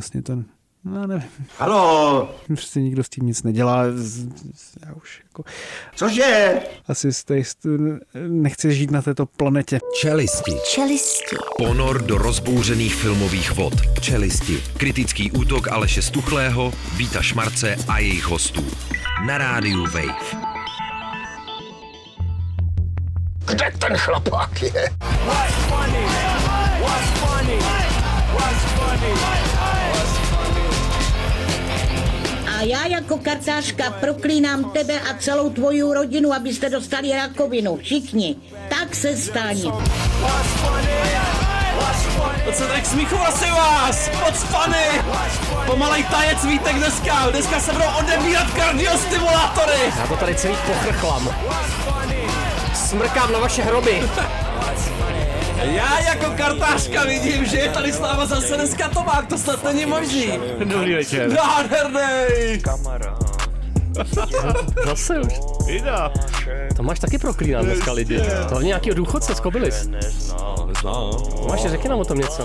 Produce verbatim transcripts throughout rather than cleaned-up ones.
vlastně to, no nevím. Haló! Prostě nikdo s tím nic nedělá. Já už jako... Cože? Asi jste, nechci žít na této planetě. Čelisti. Čelisti. Ponor do rozbouřených filmových vod. Čelisti. Kritický útok Aleše Stuchlého, Víta Šmarce a jejich hostů. Na rádiu Wave. Kde ten chlapák je? A já jako kartářka proklínám tebe a celou tvoji rodinu, abyste dostali rakovinu. Všichni. Tak se staň. To co tak smíchu, prosím vás! Moc funny! Pomalej tajec Vítek dneska! Dneska se budou odebírat kardiostimulátory! Já to tady celý pochrchlam. Smrkám na vaše hroby. Já jako kartářka vidím, že je tady s náma zase dneska Tomák, to snad není možný. Dobrý večer. Nádhernej! Zase už. Vida. To máš taky proklínat dneska lidi. To hlavně nějakýho důchodce z Kobylis. Máš, řekni nám o tom něco.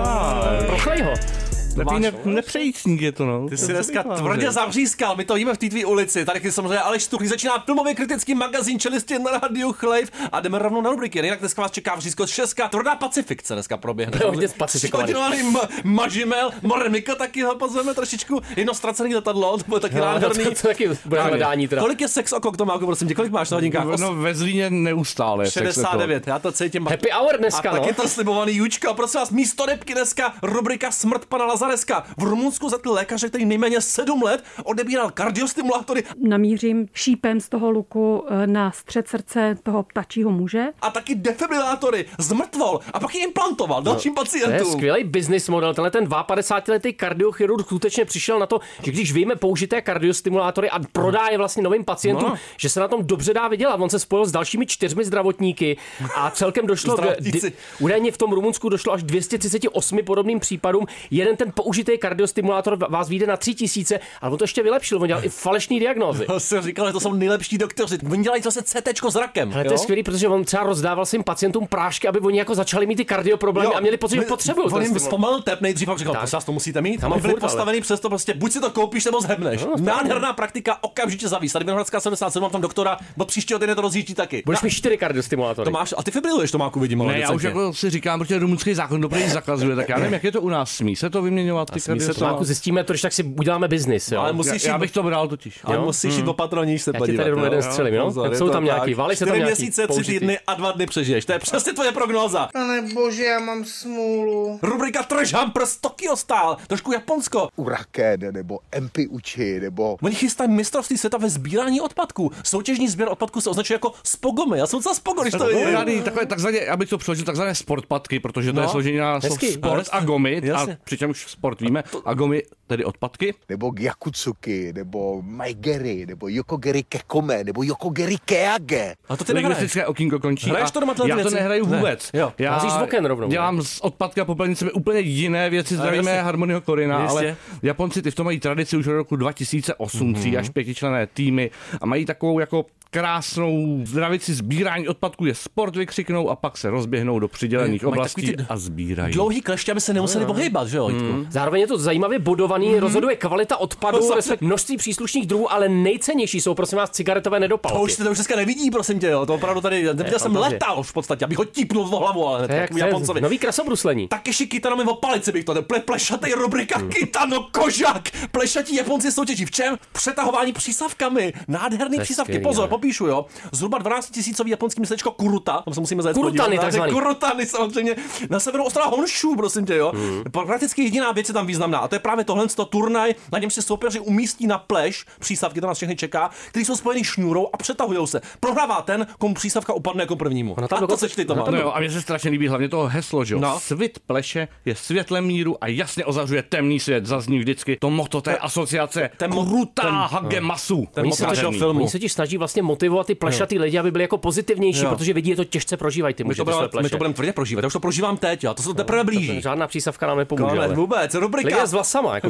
Prochlej ho. Takový ne, nepřejícník je to, no. Ty jsi dneska tvrdě zavřískal, my to víme v té tvý ulici. Tady je samozřejmě Aleš Stuchlý, začíná filmově kritický magazín Čelisti na rádiu Wave a jdeme rovnou na rubriky. Jinak dneska vás čeká vřízko z Česka. Tvrdá Pacifikce dneska proběhne. To je hodně spacifikovaný. Ma- Mažimel, Moremiko taky ho pozveme trošičku. Jedno ztracený letadlo, to bude taky no, nádherný. To, to taky bude hledání teda. Kolik je sex oko k Tomáku, prosím tě, kolik máš na hodinkách? No ve Zlíně neustále. šedesát devět, já to cítím. Happy hour dneska, a no. tak je to slibovaný Jučka, prosím vás, místo debky dneska rubrika Smrt pana Lazareska. V Rumunsku zatkli lékaře, který nejméně sedm let odebíral kardiostimulátory. Namířím šípem z toho luku na střed srdce toho ptačího muže. A taky defibrilátory zmrtvol a pak je implantoval dalším no, pacientům. To je skvělý business model. Tenhle ten padesátiletý kardiochirurg skutečně přišel na to, že když vyjme použité kardiostimulátory a prodá je vlastně novým pacientům, no. že se na tom dobře dá vydělat. On se spojil s dalšími čtyřmi zdravotníky a celkem došlo k, di, údajně v tom Rumunsku došlo až dvě stě třicet osm podobným případům. Jeden ten použitý kardiostimulátor vás vyjde na tři tisíce, ale on to ještě vylepšil, on dělal i falešný diagnózy. To jsem říkal, že to jsou nejlepší doktoři. Oni dělají zase C T s rakem. Ale to je skvělý, protože on třeba rozdával svým pacientům prášky, aby oni jako začali mít ty kardioproblémy a měli pocit, že potřebují. On jim zpomalil tep nejdřív a říkal, to to musíte mít. Tam byli postavený přes to prostě, buď si to koupíš nebo zhebneš. No, nádherná praktika, okamžitě zavíš. Tady Vinohradská sedmdesát sedm, mám tam doktora, od příštího týdne to rozjíždí taky. Budeš mít čtyři kardiostimulátory. To máš, a ty fibriluješ, Tomáku, vidím, ale ne, já už jako si říkám, protože rumunský zákon dobrý zakazuje, tak já nevím, jak je to u nás, smí se to vyměňovat ty kardiostimulátory. Zjistíme to, když tak si uděláme biznis, jo. Ale musíš já, já bych to bral totiž. Ale musíš jít opatroníš se podívat. Já ti tady rovnou jeden střelím, jo? Tak jsou tam nějaký, válej se tam nějaký. čtyři měsíce, tři týdny a dva dny přežiješ. To je přesně tvoje prognóza. Pane bože, já mám smůlu. Rubrika Treasure z Tokyo Style, trošku Japonsko. Uraken nebo M P Uchi nebo... Oni chystají mistrovství světa ve sbírání odpadků. Soutěžní sběr odpadků se označuje jako spogomy. Já jsem docela spogo, když to je. Takové takzvané, abych to přeložil, takzvané sportpadky, protože to no, je složení na sport a gomy, a přičemž sport víme, a gomy tedy odpadky. Nebo Gyakutsuki, nebo Maigeri, nebo Yokogeri Kekome, nebo Yokogeri Keage. A to ty lingvistické okýnko končí. Hraješ to doma já věci? to nehraju vůbec. Ne. Jo. Já Házíš z oken rovnou. Dělám z odpadka popelnice úplně jiné věci, zdravíme Harmonio Korina, ale Japonci ty v tom mají tradici už od roku dva tisíce osm, mm-hmm. tří až pětičlenné týmy a mají takovou jako krásnou zdravici sbírání odpadků, je sport vykřiknou a pak se rozběhnou do přidělených oblastí a sbírají. Dlouhý kleště, aby se nemuseli pohýbat, že jo? Mm. Zároveň je to zajímavě bodovaný, mm. rozhoduje kvalita odpadu, respekt množství příslušných druhů, ale nejcennější jsou prosím vás cigaretové nedopalky. To už se to už dneska nevidí, prosím tě, jo. To opravdu tady, neviděl jsem letal v podstatě, abych ho típnul v hlavu, ale tak Japoncovi. Nový krasobruslení. Takeshi Kitano mi v palici bych to, ple, plešatý rubrika mm. Kitano Kožak. Plešatí Japonci soutěží v čem? Přetahování přísavkami. Nádherný přísavky, pozor. Popíšu, jo. Zhruba dvanáctitisícový japonský městečko Kuruta, tam se musíme zajet Kurutany, takzvaný. Kurutany, samozřejmě. Na severu ostrova Honshu, prosím tě, jo. Hmm. Prakticky jediná věc je tam významná, a to je právě tohle turnaj, na něm se soupeři umístí na pleš, přísavky, to nás všechny čeká, který jsou spojeny šňůrou a přetahujou se. Prohrává ten, komu přísavka upadne jako prvnímu. No, a to seš ty to má. No jo, a mně se strašně líbí hlavně toho heslo, že jo. No. Svit pleše je světlem míru a jasně ozařuje temný svět. Zazní vždycky to motto té asociace Kuruta Hagemasu. Oni se, oni se ti snaží vlastně motivovat ty plešatý lidi, aby byli jako pozitivnější, jo. protože vidí, je to těžce prožívají ty muži. My to budeme tvrdě prožívat, já už to prožíváme teď, já to se to teprve blíží. Žádná přísavka nám nepomůže. No, vůbec, rubrika. Lidé s vlasama, jako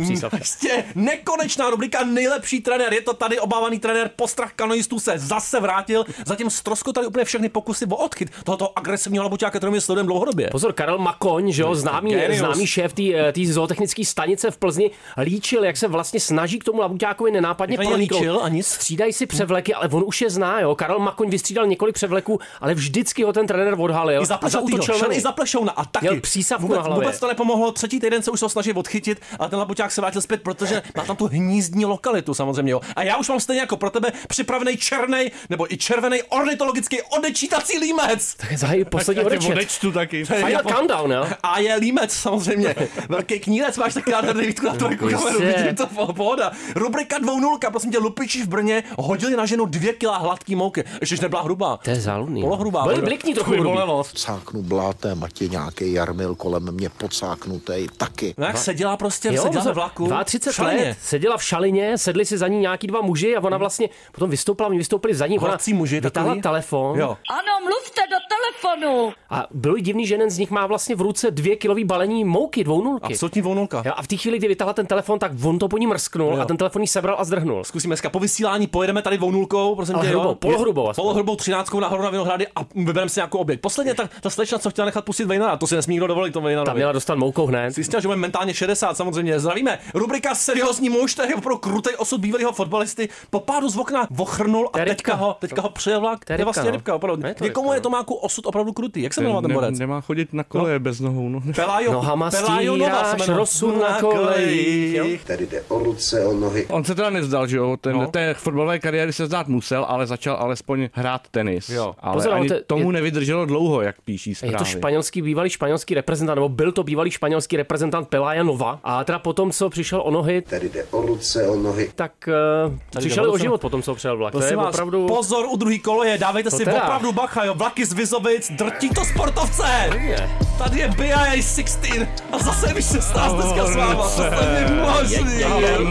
přísav. Prostě nekonečná rubrika nejlepší trenér. Je to tady obávaný trenér, postrach kanoistů se zase vrátil. Zatím ztroskotali úplně všechny pokusy o odchyt tohoto agresivního labuťáka, kterým je sledujeme dlouhodobě. Pozor, Karel Makoň, že jo, známý, známý šéf té zootechnické stanice v Plzni, líčil, jak se vlastně snaží k tomu labuťákovi nenápadně proniknout. Střídají si převleky, ale on už je zná, jo. Karel Makoň vystřídal několik převleků, ale vždycky ho ten trenér odhalil. I zaplešouna, i zaplešouna a taky. Měl přísavku vůbec, na hlavě. Vůbec to nepomohlo. Třetí týden se už to snaží odchytit, ale ten labuťák se vrátil zpět, protože má tam tu hnízdní lokalitu samozřejmě. Jo. A já už mám stejně jako pro tebe připravený černý nebo i červený ornitologický odečítací límec. Tak zahají poslední odečet. Odečtu taky. Final countdown, jo. A je límec samozřejmě. Velký knírec, máš taky nádherný výtku na tvoji kameru. Vidím to, pohoda. Rubrika dvou nulka, prosím tě, lupiči v Brně hodili na ženu dvě kila hladký mouky. Ještě nebyla hrubá. To je záludný. Polohrubá. Byli blikní trochu hrubý. Cáknu blátem, ať je nějaký jarmil kolem mě pocáknutej taky. No jak seděla prostě, jo, seděla ve vlaku. třicet dva let, seděla v šalině, sedli si za ní nějaký dva muži a ona vlastně potom vystoupila, oni vystoupili za ní. Ona muži, vytáhla telefon. Jo. Ano, mluvte do telefonu. A bylo divný, že jeden z nich má vlastně v ruce dvě kilový balení mouky, dvounulky. Absolutní dvounulka. Jo, a v té chvíli, kdy vytáhla ten telefon, tak on to po ní mrsknul jo. a ten telefon jí sebral a zdrhnul. Zkusíme dneska po vysílání, pojedeme tady dvounulkou, prosím tě, hrubou, polohrubou. Polohrubou třináctkou nahoru na Vinohrady a vybereme si nějakou oběť. Posledně ta, ta slečna, co chtěla nechat pustit Vejnara, to si nesmí nikdo dovolit to Vejnarovi. Tam měla dostat moukou hned. Si jistě, že budeme mentálně šedesát, samozřejmě. Zdravíme. Rubrika Seriózní muž, to je opravdu krutej osud bývalého fotbalisty. Po pádu z okna vochrnul a teďka ho, teďka ho přijel vlak. To je vlastně rybka, opravdu. Někomu je Tomáku osud opravdu krutý. Jak se jmenuje ten borec? Nemá chodit na kole no. bez nohou. No. Pelajo, nohama stíráš rozsud na kolejích. Tady jde o ruce, o nohy. On se teda nevzdal, že jo? Ten, no. Té fotbalové kariéry se zdát musel, ale začal alespoň hrát tenis. Jo. Ale Pozor, ani te, tomu je, nevydrželo dlouho, jak píší zprávy. Je to španělský, bývalý španělský reprezentant, nebo byl to bývalý španělský reprezentant Pelaja Nova. A teda potom, co přišel o nohy, tady jde o ruce, o nohy. Tak uh, přišel o život potom, co přijel vlak. To je vás, opravdu... Pozor u druhý koleje, dávejte to si teda. opravdu bacha, jo. Vlaky z Vizovic, drtí to sportovce. Je. Tady je B I A šestnáct a zase mi šestnáct dneska s váma. To je nemožný.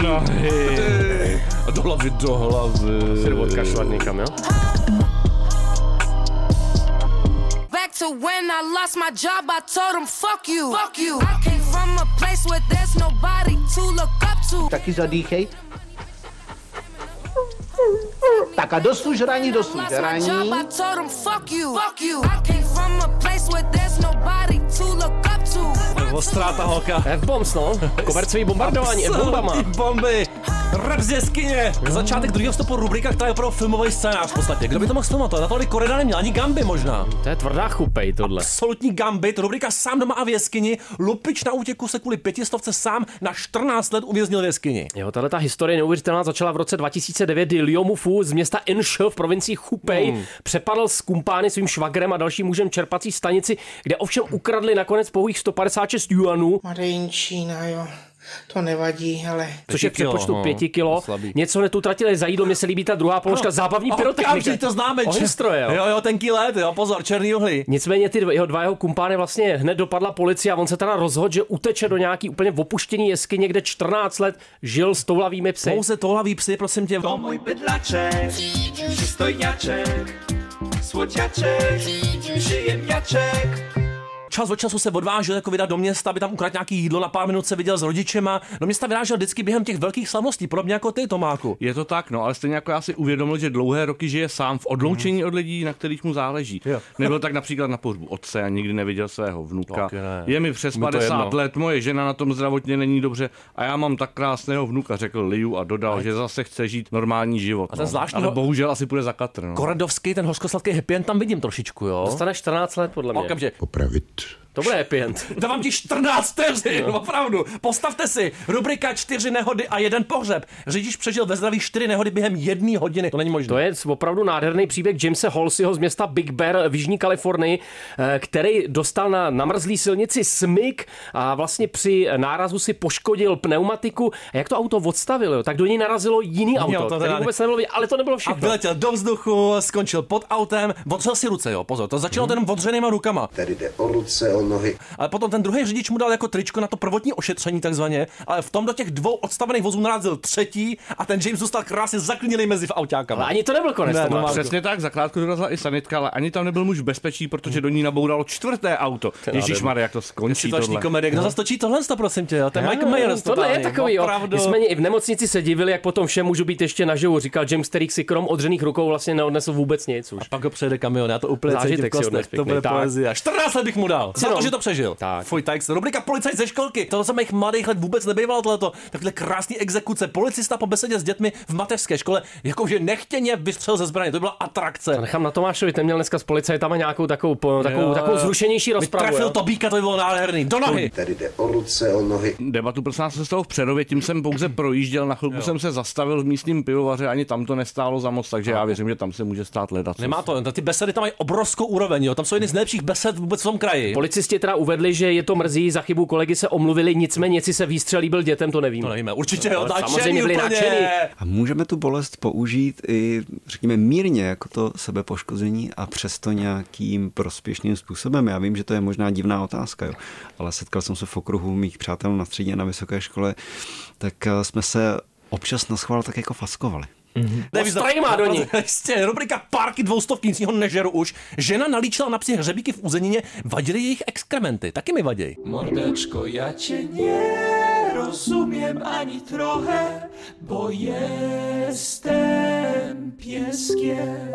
A do hlavy, do hlavy. Si odkašlat někam, jo? Back to when I lost my job, I told him fuck you. Fuck you. I came from a place where there's nobody to look up to. Taky zadýchej. Tak a do sužraní, do sužraní. Ostrá ta holka. F-bombs, no. Kobercový bombardování, F-bombama. Bomby. Rap z jeskyně. Začátek druhého stopu rubrika, která je opravdu filmový scénář v podstatě. Kdo by to mohl filmovat? Na to by Koreda neměl, ani Gamby možná. To je tvrdá chupej tohle. Absolutní Gambit, rubrika Sám doma a v jeskyni. Lupič na útěku se kvůli pětistovce sám na čtrnáct let uvěznil v jeskyni. Jo, tahle ta historie neuvěřitelná začala v roce dva tisíce devět, kdy Liu Mufu z města Enshi v provincii Hubei hmm. přepadl s kumpány svým švagrem a dalším mužem čerpací stanici, kde ovšem ukradli nakonec pouhých sto padesát šest juanů. Madejnčína, jo. To nevadí, ale... Což je v přepočtu no, pěti kilo. Něco netutratili za jídlo, mně se líbí ta druhá položka, no, zábavní pyrotechnika. to známe. Ohystroje, jo. jo, jo, tenký let, jo, pozor, černý uhly. Nicméně ty jeho dva jeho kumpány vlastně hned dopadla policie a on se teda rozhodl, že uteče do nějaký úplně opuštěný jeskyně, kde čtrnáct let žil s toulavými psy. Pouze toulavý psy, prosím tě. To můj bydlaček, přistojňaček, svodňaček, žije mňaček. Čas od času se odvážel jako vydat do města, aby tam ukradl nějaký jídlo, na pár minut se viděl s rodičema. Do města vyrážel vždycky během těch velkých slavností, podobně jako ty, Tomáku. Je to tak, no, ale stejně jako já si uvědomil, že dlouhé roky žije sám v odloučení od lidí, na kterých mu záleží. Jo. Nebyl tak například na pohřbu otce a nikdy neviděl svého vnuka. Je mi přes padesát let, moje žena na tom zdravotně není dobře a já mám tak krásného vnuka, řekl Liu a dodal, a že zase chce žít normální život. A ten no. zvláštní Ale bohužel asi půjde za katr. No. Koradovský, ten hořkosladký happy end tam vidím trošičku, jo. Dostane čtrnáct let podle mě. Okamžitě. Popravit. To bude happy end. Dávám ti čtrnáct vteřin, no. Opravdu. Postavte si, rubrika čtyři nehody a jeden pohřeb. Řidič přežil ve zdraví čtyři nehody během jedné hodiny. To není možné. To je opravdu nádherný příběh Jamese Halseyho z města Big Bear v jižní Kalifornii, který dostal na namrzlý silnici smyk a vlastně při nárazu si poškodil pneumatiku. A jak to auto odstavil, jo? Tak do něj narazilo jiný auto, jo, to který vůbec nebylo, ale to nebylo všechno. A vyletěl do vzduchu, skončil pod autem, odřel si ruce, jo, pozor, to začalo hmm. jenom odřenýma rukama. Tady jde o ruce, o nohy. Ale potom ten druhý řidič mu dal jako tričko na to prvotní ošetření takzvaně, ale v tom do těch dvou odstavených vozů narazil třetí a ten James zůstal krásně zaklíněný mezi v autákama. Ale ani to nebyl konec. Ne, to přesně tak, zakládku dorazila i sanitka, ale ani tam nebyl muž v bezpečí, protože do ní nabouralo čtvrté auto. Ježišmarja, jak to skončí tohle. Komedie. Kdo zastočí tohle, prosím tě, jo? To je Mike Myers. Tohle je takový, jo. Nicméně i v nemocnici se divili, jak potom vše můžu být ještě naživu. Říkal James, který si krom odřených rukou vlastně neodnesl vůbec nic už. A pak ho přejede kamion, já to úplně cítím v kostech. To bude poezie. čtrnáct let bych mu dal. Za to, že to přežil. Tak. Fuj, tak se. Rubrika Policajt ze školky. To za mých mladých let vůbec nebývalo tohleto. Takhle krásný exekuce. Policista po besedě s dětmi v mateřské škole, jakože nechtěně vystřelil ze zbraně. To byla atrakce. To nechám na Tomášovi, ten měl dneska s policajtama nějakou takovou, takovou, jo, takovou zrušenější rozpravu. Trefil Tobíka, to by bylo nádherný. Do nohy. Tady jde o ruce, o nohy. Debatu prosím nás se z toho v Přerově, tím jsem pouze projížděl, na chvilku jo. jsem se zastavil v místním pivovaře, ani tam to nestálo za moc, takže já věřím, že tam se může stát ledat. Nemá to, ty besedy tam mají obrovskou úroveň, jo. Tam jsou jedny z nejlepších besed vůbec v tom kraji. Policisti teda uvedli, že je to mrzí, za chybu kolegy se omluvili, nicméně jestli se výstřel líbil dětem, to nevíme. To nevíme, určitě jo, samozřejmě byli nadšení. A můžeme tu bolest použít i, řekněme, mírně jako to sebepoškození a přesto nějakým prospěšným způsobem. Já vím, že to je možná divná otázka, jo, ale setkal jsem se v okruhu mých přátel na střední a na vysoké škole, tak jsme se občas naschvál tak jako faskovali. Mm-hmm. Má do ní. Jistě, rubrika Párky dvoustovky, nic něho nežeru už. Žena nalíčila na psí hřebíky v Uzenině, vadily jejich exkrementy, taky mi vaděj. Mordečko, já tě nerozumím ani trochę, bo jestem pieskiem.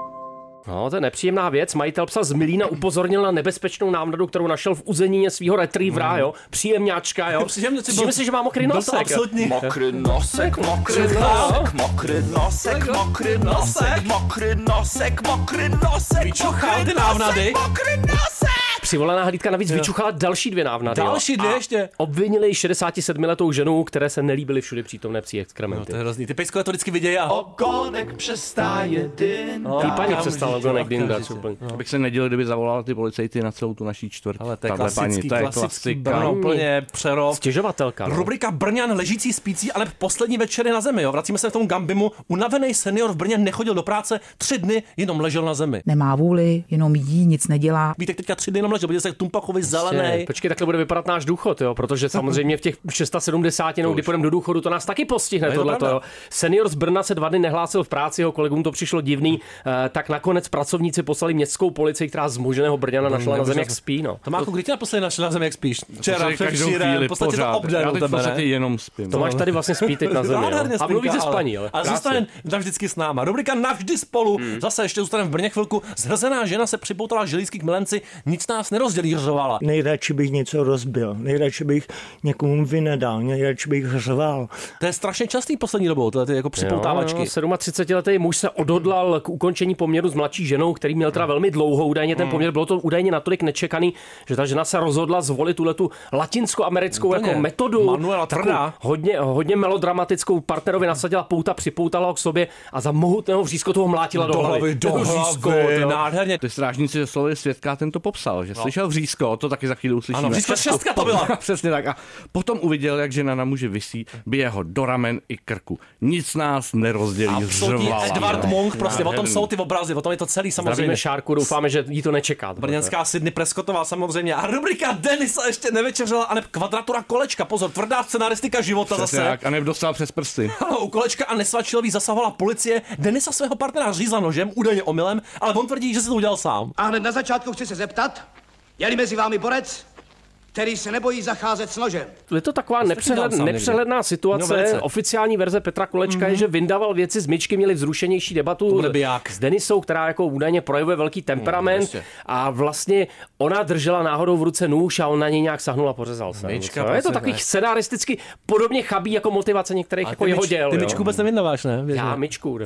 No, to je nepříjemná věc. Majitel psa z Milína upozornil na nebezpečnou návnadu, kterou našel v Uzenině svého retrievera, jo. Příjemňáčka, jo. Všimli si, že má mokrý nosek. Absolutně. Mokrý nosek, mokrý nosek, mokrý nosek, mokrý nosek, mokrý nosek, mokrý nosek, vyčuchal ty návnady. Mokrý nosek. Přivolaná hlídka navíc jo. vyčuchala další dvě návnady. Další dvě ještě. Obvinili šedesátisedmiletou ženu, které se nelíbily všude přítomné psí exkrementy. No, to je hrozný. Ty pejskové to vždycky vidějí a... Ogonek přestáje dyndat. Ty paní přestal ogonek dyndat. Abych se nedělil, kdyby zavolal ty policajty na celou tu naší čtvrt. Ale to je klasický, paní, to je klasický Brno, úplně Přerov. Stěžovatelka. No. Rubrika Brňan ležící, spící, ale poslední večery na zemi. Jo. Vracíme se k tomu Gambimu. Unavený senior v Brně nechodil do práce, tři dny jenom ležel na zemi. Nemá vůli, jenom jí, nic nedělá. Víte, teďka tři dny jenom ležel, bude se Tumpachovi zelený. Počkej, takhle bude vypadat náš důchod, jo, protože samozřejmě v těch sedmdesáti šesti, kdy půjdeme do důchodu, to nás taky postihne tohleto, jo. Senior z Brna se dva dny nehlásil v práci, jeho kolegům to přišlo divný, eh, tak nakonec pracovníci poslali městskou policii, která z zmoženého Brňana našla na zemi, jak spí, no. To má kdy ty naposledy našla na zemi, jak spíš? Včera, včera, v podstatě to obden u tebe, ne? jenom spím. To máš tady vlastně spí teď na zemi, a mluví se spaní, ale. A zůstane navždycky s náma. Rubrika Navždy spolu. Zase ještě zůstaneme v Brně chvilku. Zhrzená žena se připoutala želízkých milenci, nic nás nerozdělí, řovala. Nejradši bych něco rozbil, nejradši bych někomu vynedal, nejradši bych řval. To je strašně častý poslední dobou, to je jako připoutávačky. sedmadvacetiletý muž se odhodlal k ukončení poměru s mladší ženou, který měl teda velmi dlouho údajně ten poměr, bylo to údajně natolik nečekaný, že ta žena se rozhodla zvolit tuhletu latinskoamerickou jako metodu. Manuela tvrdá. Hodně, hodně melodramatickou, partnerovi nasadila pouta, připoutala ho k sobě a za mohutného vřízkotu ho mlátila do, do hlavy. Do hlavy, nádherně. Ty strážníci ze slovy svědka ten to popsal, že no. slyšel vřízko, to taky za chvíli uslyšíme. Ano, vřízko šestka to byla. Přesně tak. A potom uviděl, jak žena na muži visí, bije ho do ramen i krku. Nic nás nerozdělí. Absolutně. Edward Monk, prostě o tom jsou ty obrazy, o tom je to celý samozřejmě. Zdravíme Šárku, doufáme, že jí to nečeká. Brněnská Sydney Prescottová samozřejmě. A rubrika Denisa ještě nevečeřela, a neb kvadratura kolečka. Pozor, tvrdá scenaristika života přesně zase. Tak, a neb dostal přes prsty. Ano, u kolečka a Nesvačilový zasahovala policie. Denisa svého partnera řízla nožem, údajně omylem, ale on tvrdí, že si to udělal sám. A hned na začátku chci se zeptat, je-li mezi vámi borec, který se nebojí zacházet s nožem. Je to taková nepřehled, nepřehledná situace. No, oficiální verze Petra Kolečka mm-hmm. je, že vyndával věci z myčky, měli vzrušenější debatu s Denisou, která jako údajně projevuje velký temperament mm, a vlastně ona držela náhodou v ruce nůž a on na něj nějak sahnul a pořezal se. Myčka, no, je to takový scenaristicky podobně chabí jako motivace některých jako jeho děl. Ty myčku vůbec nevyndáváš, ne? Věřím. Já myčku.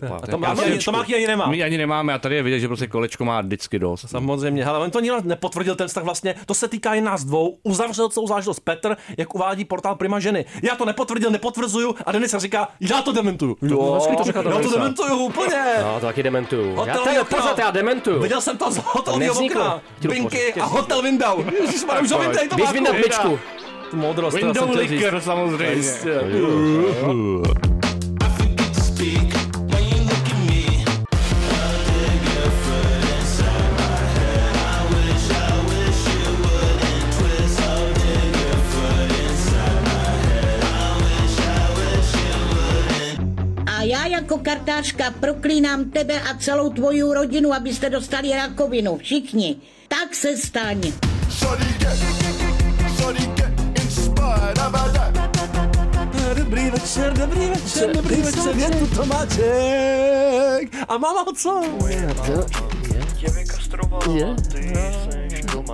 To má ani nemá. My ani nemáme a tady je vidět, že prostě Kolečko má vždycky dost. Samozřejmě, ale on to nikdo nepotvrdil ten vztah vlastně. To se týká jen nás dvou. Uzavřel celou záležitost Petr, jak uvádí portál Prima ženy. Já to nepotvrdil, nepotvrzuju a Denisa říká, já to dementuju. Jo, to říká to já to dementuju úplně. No, to taky dementuju. Já to pořád, já dementuju. Viděl jsem to z hotelového okna. Binky a hotel window. Ježišmarja, už ho vyndají to běž vyndat myčku. Tu modrost. Window licker samozřejmě. já jako kartářka proklínám tebe a celou tvoji rodinu, abyste dostali rakovinu. Všichni. Tak se staň. Dobrý večer, dobrý večer, dobrý večer, je tu Tomáček. A máma co? Tě vykastroval, je? ty seš doma.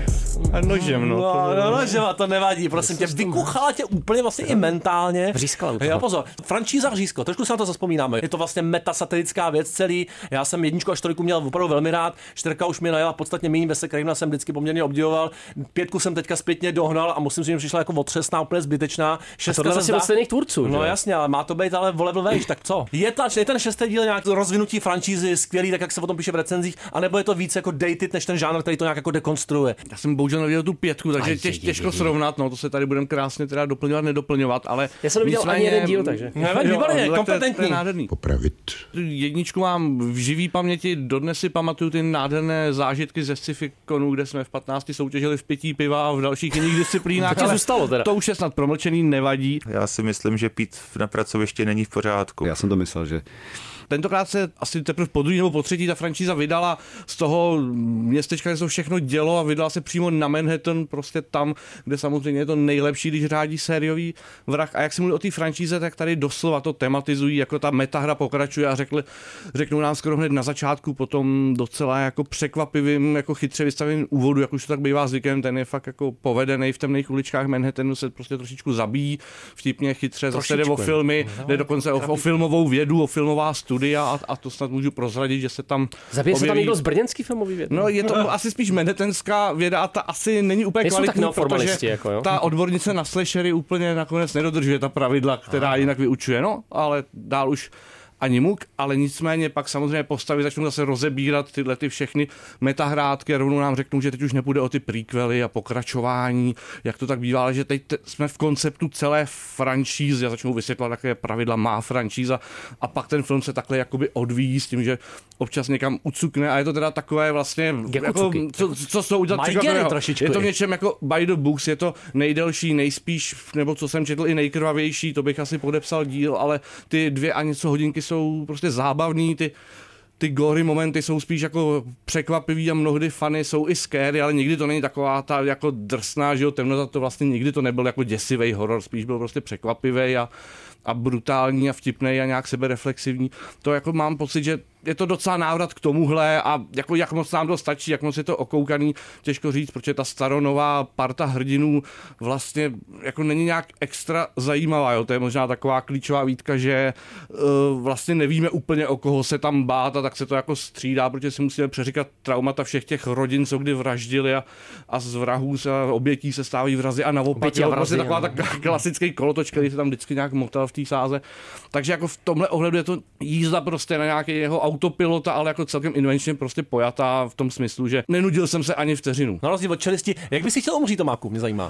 A nožem, no. No, no, nožem, a to nevadí, prosím tě, vykuchala tě úplně vlastně i mentálně. Vřískala u toho. Jo, pozor, franšíza Vřísko, trošku se na to zaspomínáme. Je to vlastně metasatirická věc celý. Já jsem jedničku a čtyřku měl opravdu velmi rád, čtyřka už mi najela podstatně méně, Vese Krajina jsem vždycky poměrně obdivoval, pětku jsem teďka zpětně dohnal a musím si, že přišla jako otřesná, úplně zbytečná. Šestka to vlastně od stejných tvůrců. No že? jasně, ale má to být ale o level vejš, tak co? Je, ta, je ten šestý díl nějak rozvinutí franšízy skvělý, tak jak se o tom píše v recenzích, anebo je to víc jako dated než ten žánr, který to nějak jako dekonstruuje? Já jsem bohužel neviděl tu pětku, takže těž, těžko srovnat, no to se tady budeme krásně teda doplňovat, nedoplňovat, ale já jsem neviděl ani jeden díl, takže. Výborně, kompetentní. Popravit. Jedničku mám v živý paměti, dodnes si pamatuju ty nádherné zážitky ze sci-fi konu, kde jsme v patnácti soutěžili v pití piva a v dalších jiných disciplínách. To zůstalo teda. To už je snad promlčený, nevadí. Já si myslím, že pít na pracovišti není v pořádku. Já jsem to myslel, že Tentokrát se asi teprve po druhý nebo po třetí ta franšíza vydala z toho městečka, kde se všechno dělo a vydala se přímo na Manhattan, prostě tam, kde samozřejmě je to nejlepší, když řádí sériový vrah. A jak si mluví o té franšíze, tak tady doslova to tematizují, jako ta metahra pokračuje a řekli, řeknou nám skoro hned na začátku, potom docela jako překvapivým, jako chytře vystaveným úvodu, jak už to tak bývá zvykem, ten je fakt jako povedený v temných uličkách Manhattanu, se prostě trošičku zabíjí, vtipně, chytře, zase jde o filmy, jde dokonce o, o filmovou vědu, o filmová studia a, a to snad můžu prozradit, že se tam zabije se tam někdo z brněnský filmový vědy? No je to no. asi spíš manhattanská věda a ta asi není úplně nejsou kvalitní, protože jako, jo? Ta odbornice na slashery úplně nakonec nedodržuje ta pravidla, která Aha. jinak vyučuje, no, ale dál už ani muk, ale nicméně pak samozřejmě postavy začnou zase rozebírat tyhle ty všechny metahrádky a rovnou nám řeknou, že teď už nepůjde o ty prequely a pokračování, jak to tak bývá, ale že teď jsme v konceptu celé franšízy a začnou vysvětlovat, jaké pravidla má franšíza a pak ten film se takhle jakoby odvíjí s tím, že občas někam ucukne a je to teda takové vlastně, jako, co, co jsou udělat překvapivého. Je to v něčem jako by the books, je to nejdelší, nejspíš, nebo co jsem četl, i nejkrvavější, to bych asi podepsal díl, ale ty dvě a něco hodinky jsou prostě zábavný, ty ty gory momenty jsou spíš jako překvapivý a mnohdy funny, jsou i scary, ale nikdy to není taková ta jako drsná, že jo, temnota, to vlastně nikdy to nebyl jako děsivý horor, spíš byl prostě překvapivý a, a brutální a vtipnej a nějak sebereflexivní. To jako mám pocit, že je to docela návrat k tomuhle a jako jak moc nám to stačí, jak moc je to okoukaný, těžko říct, protože ta staronová parta hrdinů vlastně jako není nějak extra zajímavá, jo? To je možná taková klíčová výtka, že uh, vlastně nevíme úplně, o koho se tam bát a tak se to jako střídá, protože si musíme přeříkat traumata všech těch rodin, co kdy vraždili a, a z vrahů se obětí se stávají vrazy a naopak, jo? Prostě taková ta klasický kolotoč, který se tam vždycky nějak motal v té sáze. Takže jako v tomhle ohledu je to jízda prostě na nějaký jeho autopilota, ale jako celkem invenčně prostě pojatá v tom smyslu, že nenudil jsem se ani vteřinu. Na rozdíl od Čelisti, jak bys si chtěl umřít, Tomáku, mě zajímá.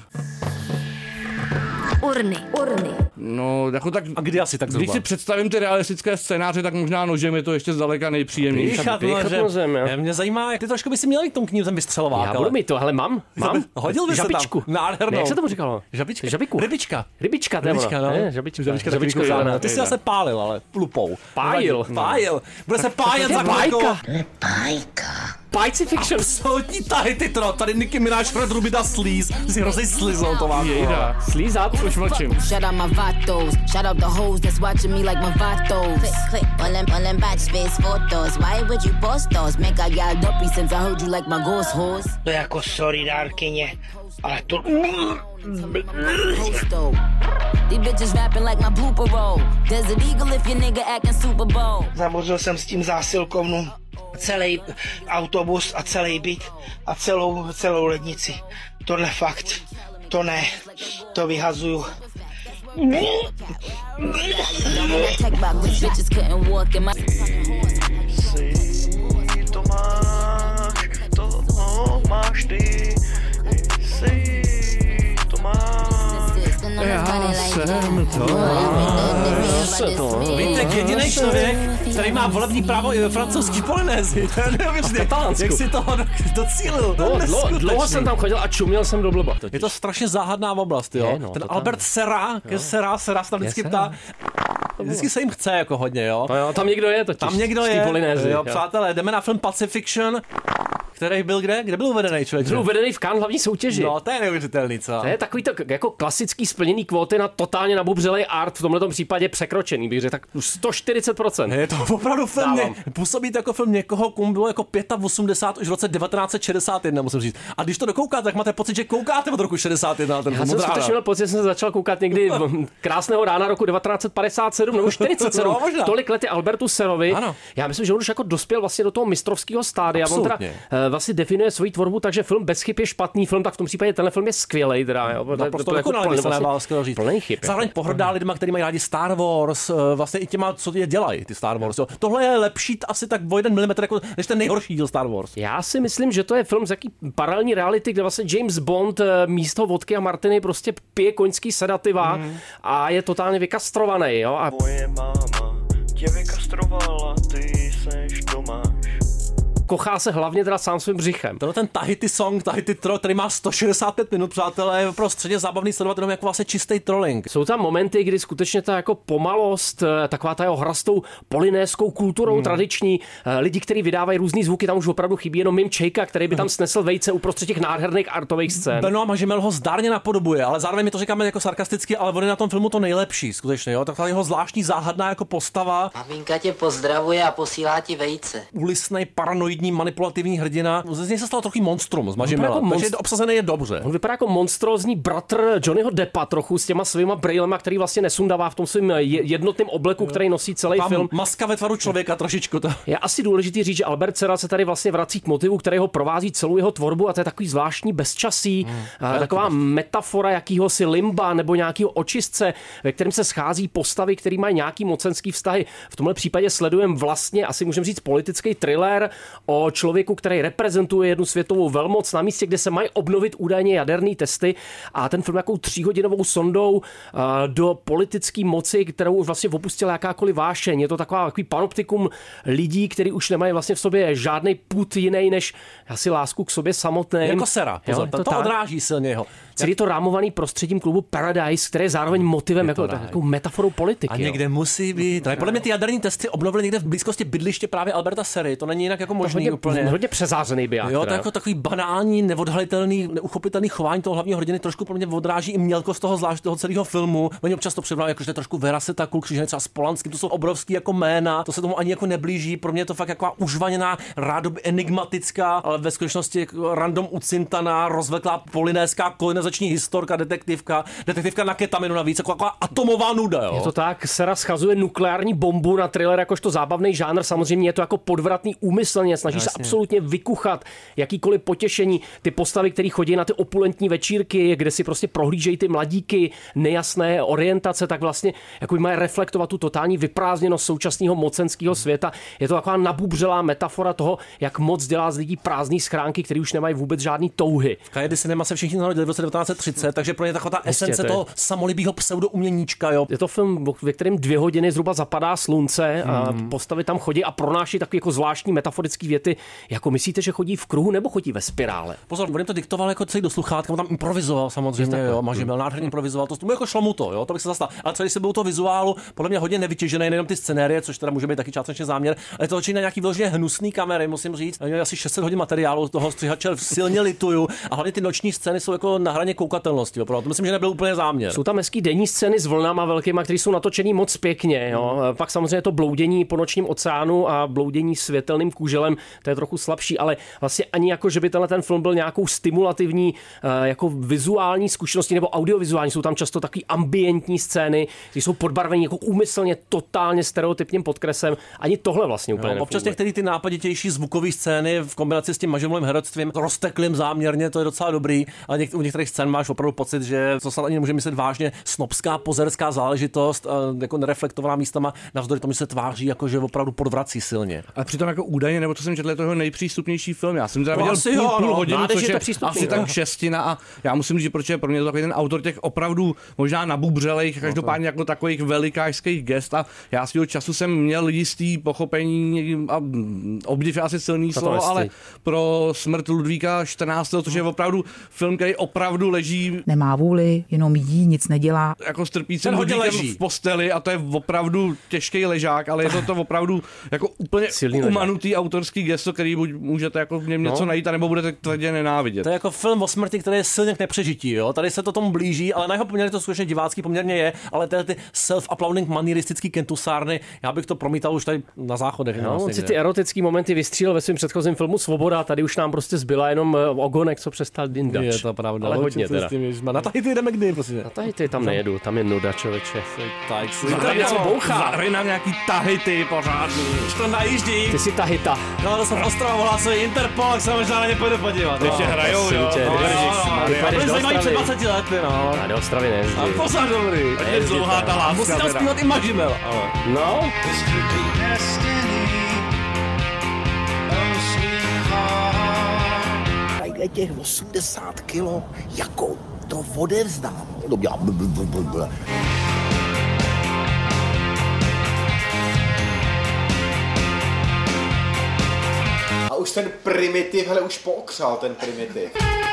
Urny, urny. No, jako tak... A kdy asi tak zhruba? Když si představím ty realistické scénáře, tak možná nožem je to ještě zdaleka nejpříjemnější. Píchat nožem, jo. Mě zajímá, jak ty trošku by si měl k tomu knížem vystřelovák. Já budu mít to, hele, mám, mám. Hodil by se žabičku. Tam. Nádhernou. Jak se tomu říkalo? Žabička. Žabiku. Rybička. Rybička, to je Rybička, no. Ne, žabička. Žabička, žabička žabička ty jsi zase pálil, ale lupou. Pájil. Pájil. Bude se pájet za pájka. Pájka. Pajci fiction. Absolutní tahy, ty tro. Tady Nicki Minaj Fred Ruby dá slíz. Jsi hrozný slizou, to mám. Jejda. Slízat, už mlčím. Shout out my vatos. Shout out the hoes that's watching me like my vatos. Click, click, on them, on them batch space photos. Why would you post those? Make a gal dumpy since I heard you like my ghost hoes. To je jako sorry, dárkyně, ale to... These bitches rapping like my blooper roll. Desert Eagle if your nigga acting Super Bowl. Zavozil jsem s tím zásilkovnu celý autobus a celý byt a celou, celou lednici. Tohle fakt, to ne, to vyhazuju. Jsi to máš, to máš ty, jsi to máš. Já jsem to. Víte, jediný člověk, který má volební právo i ve francouzský Polynézii. To je neuvěřitelné. Jak si toho docílil. No, dlouho, dlouho jsem tam chodil a čuměl jsem do blba. Je to strašně záhadná oblast, jo. Je, no, ten to Albert Serra, Serra, Serra se tam vždycky ptá. Vždycky se jim chce jako hodně, jo. No jo, tam někdo je totiž. Tam někdo je, Polinézi, jo, jo. přátelé, jdeme na film Pacifiction, který byl kde? Kde byl uvedený člověk? Byl uvedený v Cannes hlavní soutěži. No, to je neuvěřitelný, co? To je takový to jako klasický splněný kvóty na totálně nabubřelej art, v tomto případě překročený, bych řekl, tak sto čtyřicet procent. Je to opravdu film, mě, působí to jako film někoho, komu bylo jako osmdesát pět už v roce devatenáct set šedesát jedna, musím říct. A když to dokoukáte, tak máte pocit, že koukáte od roku šedesát jedna. Ten Já jsem skutečně měl pocit, že jsem začal koukat někdy krásného rána roku devatenáct set padesát sedm nebo čtyřicet sedm. No, tolik lety Albertu Serovi. Ano. Já myslím, že on už jako dospěl vlastně do toho mistrovského stádia. On teda uh, vlastně definuje svoji tvorbu, takže film bez chyb je špatný film, tak v tom případě tenhle film je skvělej. Teda, jo. Naprosto dokonalý, se nedá skoro říct. Plný chyb. Zároveň pohrdá lidma, kteří mají rádi Star Wars, vlastně i těma, co je dělají, ty Star Wars. Jo. Tohle je lepší asi tak o jeden milimetr jako než ten nejhorší díl Star Wars. Já si myslím, že to je film z jaký paralelní reality, kde vlastně James Bond místo vodky a Martiny prostě pije koňský sedativa mm. a je totálně vykastrovaný, jo. A... Moje máma tě vykastrovala, ty seš Tomáš. Kochá se hlavně teda sám svým břichem. Tohle ten Tahiti song, Tahiti troll, který má sto šedesát pět minut, přátelé, je prostě středně zábavný sledovat jenom jako vlastně čistý trolling. Jsou tam momenty, kdy skutečně ta jako pomalost, taková ta jeho hra s tou polynéskou kulturou hmm. tradiční, lidi, kteří vydávají různý zvuky, tam už opravdu chybí jenom Mim Čejka, který by tam snesl vejce uprostřed těch nádherných artových scén. Benoît Magimel ho zdárně napodobuje, ale zároveň mi to říkáme jako sarkasticky, ale on je na tom filmu to nejlepší, skutečně, jo, taková jeho zvláštní záhadná jako postava. Maminka tě pozdravuje a posílá ti vejce. Úlisnej, paranoidní, manipulativní hrdina. Z něj se stalo trochu monstrum z Magimela, jako takže monst... obsazený je dobře. On vypadá jako monstrózní bratr Johnnyho Deppa trochu s těma svýma brýlema, který vlastně nesundává v tom svým jednotným obleku, který nosí celý Tam film. Maska ve tvaru člověka trošičku. To. Je asi důležitý říct, že Albert Serra se tady vlastně vrací k motivu, který ho provází celou jeho tvorbu, a to je takový zvláštní bezčasí, hmm, a taková metafora jakýhosi limba nebo nějakého očistce, ve kterém se schází postavy, které mají nějaký mocenský vztahy. V tomhle případě sledujeme vlastně, asi můžeme říct, politický thriller o člověku, který reprezentuje jednu světovou velmoc na místě, kde se mají obnovit údajně jaderné testy, a ten film jakou tříhodinovou sondou do politické moci, kterou už vlastně opustila jakákoliv vášeň. Je to taková takový panoptikum lidí, kteří už nemají vlastně v sobě žádný put jiný než asi lásku k sobě samotným. Jako Serra, pozor, to, to, to odráží silně jeho. Celý je to rámovaný prostředím klubu Paradise, který je zároveň motivem, jako, jako metaforou politiky. A někde jo. musí být. Podle mě ty jaderní testy obnovili někde v blízkosti bydliště právě Alberta Serry. To není jinak jako možný hodně, úplně. Hodně přezářený biják. Jo, to jako takový banální, neodhalitelný, neuchopitelný chování toho hlavního hrdiny trošku pro mě odráží i mělkost toho zvlášť toho celého filmu. Oni občas to převládají, jako že to je trošku Veraseta, Kul, třeba s Polanským, to jsou obrovský jako jména, to se tomu ani jako neblíží. Pro mě je to fakt jako užvaněná, rádoby enigmatická, ale ve skutečnosti jako random ucintaná, rozvleklá polynéská kolonizační historka, detektivka, detektivka na ketaminu navíc, jako taková atomová nuda, jo. Je to tak, Serra schazuje nukleární bombu na thriller jakožto zábavný žánr, samozřejmě je to jako podvratný úmyslně, snaží Jasně. se absolutně vykuchat jakýkoliv potěšení. Ty postavy, které chodí na ty opulentní večírky, kde si prostě prohlížejí ty mladíky, nejasné orientace, tak vlastně jako mají reflektovat tu totální vyprázdněnost současného mocenského světa. Je to taková nabubřelá metafora toho, jak moc dělá z lidí prázdný schránky, které už nemají vůbec žádný touhy. V Kajedy Cinema se všichni narodili v roce devatenáct set třicet, takže pro ně taková ta esence to toho samolibého pseudouměníčka, jo. Je to film, ve kterém dvě hodiny zhruba zapadá slunce a hmm. postavy tam chodí a pronáší takové jako zvláštní metaforické věty. Jako myslíte, že chodí v kruhu nebo chodí ve spirále? Pozor, on jim to diktoval jako celý do sluchátka, on tam improvizoval samozřejmě, jo, Magimel nádherně improvizoval, to, to jako šlo mu to, jo, to bych se zastal. Ale celý se byl to vizuálu, podle mě hodně nevytěžený, nejenom ty scenérie, což teda může být taky částečně záměr, ale to na nějaký vyloženě hnusný kamery, musím říct. Měli asi šest set hodin materiálu toho střihače, silně lituju, a hlavně ty noční scény jsou jako na hraně koukatelnosti, opravdu. To myslím, že nebyl úplně záměr. Jsou tam hezký denní scény s vlnama velkýma, které jsou natočený moc pěkně, jo. Hmm. Pak samozřejmě to bloudění po nočním oceánu a bloudění světelným kůželem, to je trochu slabší, ale vlastně ani jako, že by tenhle ten film byl nějakou stimulativní jako vizuální zkušeností nebo audiovizuální, jsou tam často takový ambientní scény, které jsou podbarvení jako úmyslně totálně stereotypním podkresem. Ani tohle vlastně úplně no, občas některé ty nápaditější zvukové scény v kombinaci s tím Magimelovým herectvím, rozteklým záměrně, to je docela dobrý, ale něk- u některých scén máš opravdu pocit, že to se ani nemůže myslet vážně, snobská pozerská záležitost, jako nereflektovaná místama, navzdory tomu se tváří, jako že opravdu podvrací silně. A přitom jako údajně, nebo to jsem jsem četl, je to jeho nejpřístupnější film. Já jsem teda viděl asi půl, jo, půl no. hodinu, Mládež což je je to přístupný, asi no. tak šestina a já musím říct, proč je pro mě to takový ten autor těch opravdu možná nabubřelejch, každopádně jako takových velikářských gest a já svýho času jsem měl jistý pochopení a obdiv je asi silný to slovo, nestý. ale pro Smrt Ludvíka čtrnáctého, což je opravdu film, který opravdu leží Nemá vůli, jenom jí, nic nedělá. jako s trpícím Ten hodně Ludvíkem leží. v posteli a to je opravdu těžký ležák, ale je to, to opravdu jako úplně Silný ležák. umanutý autorský gesto, který buď můžete jako v něm něco No. najít, anebo budete tvrdě nenávidět. To je jako film o smrti, který je silně k nepřežití, jo. Tady se to tomu blíží, ale na jeho poměrně to skutečně divácký poměrně je, ale tyhle ty self-uploading manieristický kentusárny, já bych to promítal už tady na záchodech. No, on si ty erotický momenty vystřílel ve svém předchozím filmu Svoboda, tady už nám prostě zbyla jenom eh, ogonek, co přestal dindač. Je to pravda. Ale hodně teda. Na Tahiti jdeme kdy, prostě. Na Tahiti tam nejedu, tam je nuda, člověče. Tak, Tam něco bouchá. Zahraj nám nějaký Tahiti pořádný. Už to najíždí. Ty jsi Tahita. No, to jsem v Ostravu hlásili Interpol, tak se možná na ně půjdu podívat. Ještě hrajou, jo. Prosím tě, No, vydržíš. no, no, Ty no, pojedeš byli do zajímaví před Ostravy. dvaceti lety, no. A do Ostravy nejezdí. A pořád dobrý. Je dlouhá ta láska. Musí tam teda. zpívat i Mažimel, ale. No, Tadyhle těch osmdesát kilo, jako to odevzdám. No, já bl- bl- bl- bl- bl- A už ten primitiv, hele, už pookřál ten primitiv.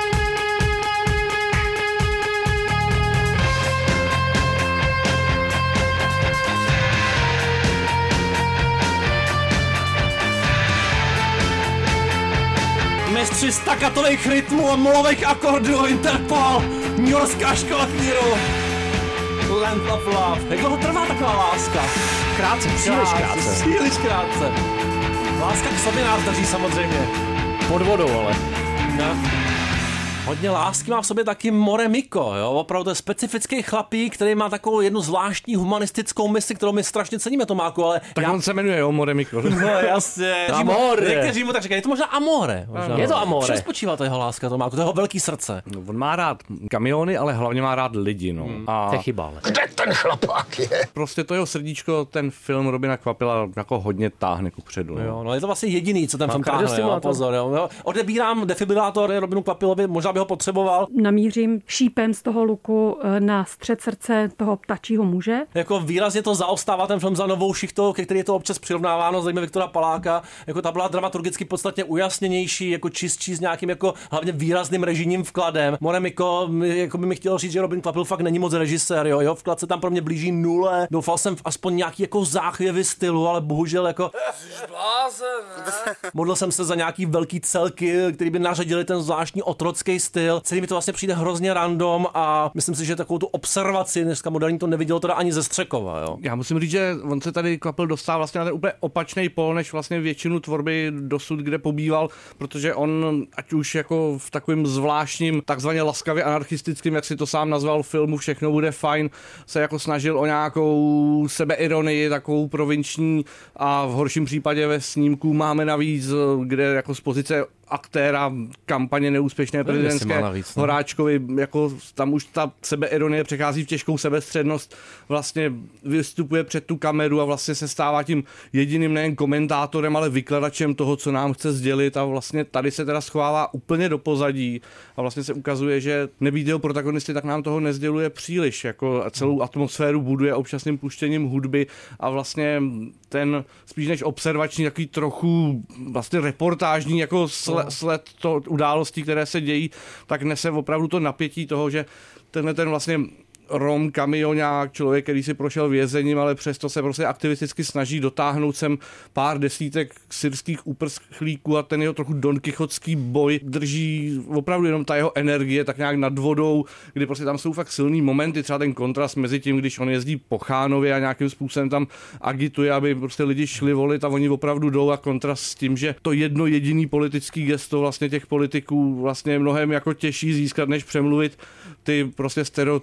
Mistři stakatových rytmů a molových akordů Interpol, New Yorkská škola kníru. Land of Love. Jak dlouho trvá taková láska? krátce, příliš krátce. Příliš krátce. Láska k sobě nás drží samozřejmě. Pod vodou, ale. No. Hodně lásky má v sobě taky More Miko, jo? Opravdu to je specifický chlapík, který má takovou jednu zvláštní humanistickou misi, kterou my strašně ceníme, Tomáku, ale Tak já... on se jmenuje, jo, More Miko. No jasně. Amore. Někteří mu tak říkají, je to možná Amore. Možná. Je to Amore. Čím spočívá to jeho láska, Tomáku, to jeho velký srdce. No, on má rád kamiony, ale hlavně má rád lidi, no. Hmm. A To je chyba, ale. Kde ten chlapák je? prostě to jeho srdíčko, ten film Robina Kvapila jako hodně táhne kupředu. No. Jo, no je to vlastně jediný, co ten film táhne, jo, kardiostimulátor. pozor, jo. Jo. Odebírám defibrilátor Robinu Kvapilovi, možná by ho potřeboval. Namířím šípem z toho luku na střed srdce toho ptačího muže. Jako výrazně to zaostává ten film za Novou šichtou, ke který je to občas přirovnáváno, zajímavé Viktora Paláka, jako ta byla dramaturgicky podstatně ujasněnější, jako čistší s nějakým jako hlavně výrazným režijním vkladem. More Miko, jako by mi chtělo říct, že Robin Kvapil fakt není moc režisér, jo, jeho vklad se tam pro mě blíží nule. Doufal jsem v aspoň nějaký jako záchvěvy stylu, ale bohužel jako modlil jsem se za nějaký velký celky, který by nařadili ten zvláštní otrocký styl. Celý mi to vlastně přijde hrozně random a myslím si, že takovou tu observaci dneska moderní to nevidělo teda ani ze Střekova, jo. Já musím říct, že on se tady Kvapil dostal vlastně na ten úplně opačný pol, než vlastně většinu tvorby dosud, kde pobýval, protože on, ať už jako v takovým zvláštním, takzvaně laskavě anarchistickým, jak si to sám nazval, filmu Všechno bude fajn, se jako snažil o nějakou sebeironii, takovou provinční a v horším případě ve snímku Máme navíc, kde jako z pozice aktéra kampaně neúspěšné prezidentské navíc, no. Horáčkovi, jako tam už ta sebeironie přechází v těžkou sebestřednost, vlastně vystupuje před tu kameru a vlastně se stává tím jediným nejen komentátorem, ale vykladačem toho, co nám chce sdělit a vlastně tady se teda schovává úplně do pozadí a vlastně se ukazuje, že nebýt jeho protagonisty, tak nám toho nezděluje příliš, jako celou atmosféru buduje občasným puštěním hudby a vlastně ten spíš než observační, takový trochu vlastně reportážní, jako sled, sled to událostí, které se dějí, tak nese opravdu to napětí toho, že tenhle ten vlastně Rom, kamionák, člověk, který si prošel vězením, ale přesto se prostě aktivisticky snaží dotáhnout sem pár desítek syrských uprchlíků a ten jeho trochu donkichotský boj drží opravdu jenom ta jeho energie tak nějak nad vodou, kdy prostě tam jsou fakt silný momenty, třeba ten kontrast mezi tím, když on jezdí po Chánově a nějakým způsobem tam agituje, aby prostě lidi šli volit a oni opravdu jdou a kontrast s tím, že to jedno jediný politický gesto vlastně těch politiků vlastně je mnohem jako těžší získat, než přemluvit ty prostě stereotypně vnímané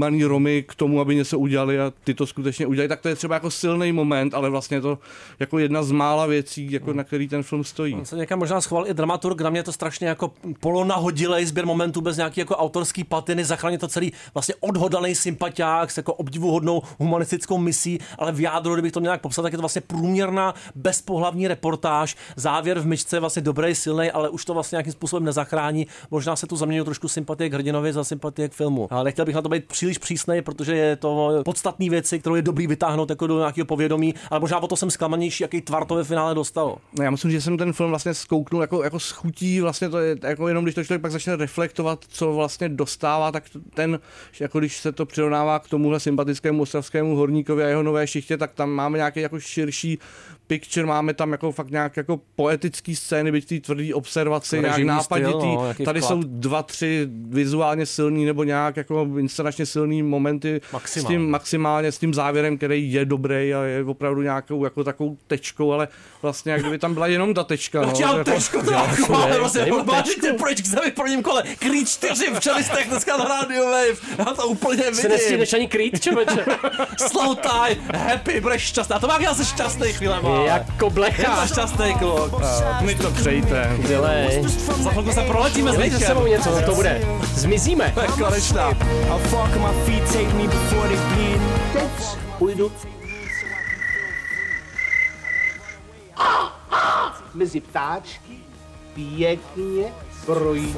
najímaný Romy k tomu, aby něco udělali a ty to skutečně udělali, tak to je třeba jako silný moment, ale vlastně to jako jedna z mála věcí, jako na který ten film stojí. On se někam možná schoval i dramaturg, na mě je to strašně jako polonahodilej sběr momentů bez nějaký jako autorský patiny, zachránit to celý vlastně odhodaný sympatiák s jako obdivuhodnou humanistickou misí, ale v jádru, kdybych to měl nějak popsat, tak je to vlastně průměrná bezpohlavní reportáž, závěr v myšce je vlastně dobrý, silný, ale už to vlastně nějakým způsobem nezachrání. Možná se tu zaměňuje trošku sympatie k hrdinovi za sympatie k filmu. Ale nechtěl bych na to být příliš přísnej, protože je to podstatné věci, kterou je dobrý vytáhnout jako do nějakého povědomí, ale možná o to jsem zklamanější, jaký tvar to ve finále dostalo. No, já myslím, že jsem ten film vlastně zkouknul jako, jako s chutí, vlastně to je jako jenom, když to člověk pak začne reflektovat, co vlastně dostává, tak ten, jako když se to přirovnává k tomuhle sympatickému ostravskému horníkovi a jeho nové šichtě, tak tam máme nějaký jako širší picture, máme tam jako fakt nějak jako poetický scény, byť ty tvrdý observaci, nějak nápaditý. Styl, no, tady vklad. Jsou dva, tři vizuálně silný nebo nějak jako inscenačně silný momenty s tím maximálně, s tím závěrem, který je dobrý a je opravdu nějakou jako takovou tečkou, ale vlastně jak kdyby tam byla jenom ta tečka. No, já tečku, to ale vlastně odbážíte proč k zemi pro ním kole. Creed čtyři v čelistech dneska na Radio Wave. Já to úplně vidím. Se nestíneš ani Creed, čověče. Slow tie, happy, budeš šťastný. A to mám já se šťastný chvílema. Jako blecha. Je to šťastný kluk. Mi to přejte. Dělej. Za chvilku se proletíme s Dělejte se sebou něco, to bude. Zmizíme. Konečná. Teď půjdu mezi ptáčky pěkně projít.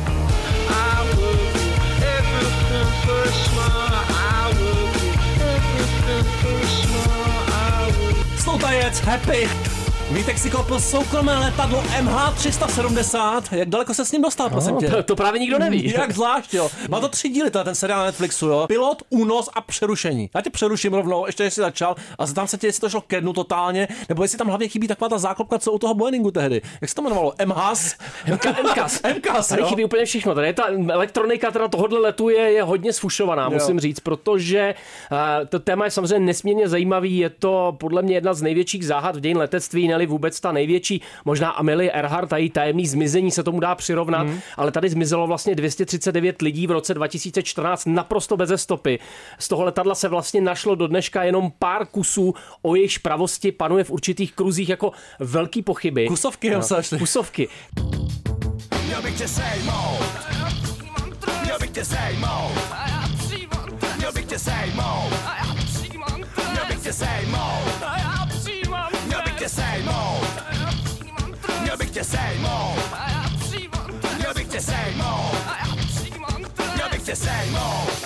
Slotajec, happy. Vítek si koupil soukromé letadlo M H tři sta sedmdesát. Jak daleko se s ním dostal, prosím no, tě? To, to právě nikdo neví. Jak zvlášť, jo. Má to tři díly, ten seriál na Netflixu, jo. Pilot, únos a přerušení. Já tě přeruším rovnou, ještě než jsi začal, a zeptám se tě, jestli to šlo ke dnu totálně, nebo jestli tam hlavně chybí taková ta záklopka, co u toho Boeingu tehdy. Jak se to jmenovalo? M H S? M K S. M K S, tady chybí úplně všechno. Tady ta elektronika teda tohohle letu je, je hodně sfušovaná, jo. Musím říct, protože uh, to téma je samozřejmě nesmírně zajímavý. Je to podle mě jedna z největších záhad v dějin letectví, ne-li vůbec ta největší. Možná Amelie Earhart a její tajemný zmizení se tomu dá přirovnat, hmm. ale tady zmizelo vlastně dvě stě třicet devět lidí v roce dva tisíce čtrnáct naprosto beze stopy. Z toho letadla se vlastně našlo do dneška jenom pár kusů, o jejich pravosti panuje v určitých kruzích jako velký pochyby. Kusovky, no. Kusovky. Měl bych tě sejmout. Měl bych tě sejmout. Měl bych tě sejmout. Měl bych tě sejmout. Měl bych tě sejmout. Měl bych tě sejmout. Měl bych tě sejmout. Měl bych tě sejmout.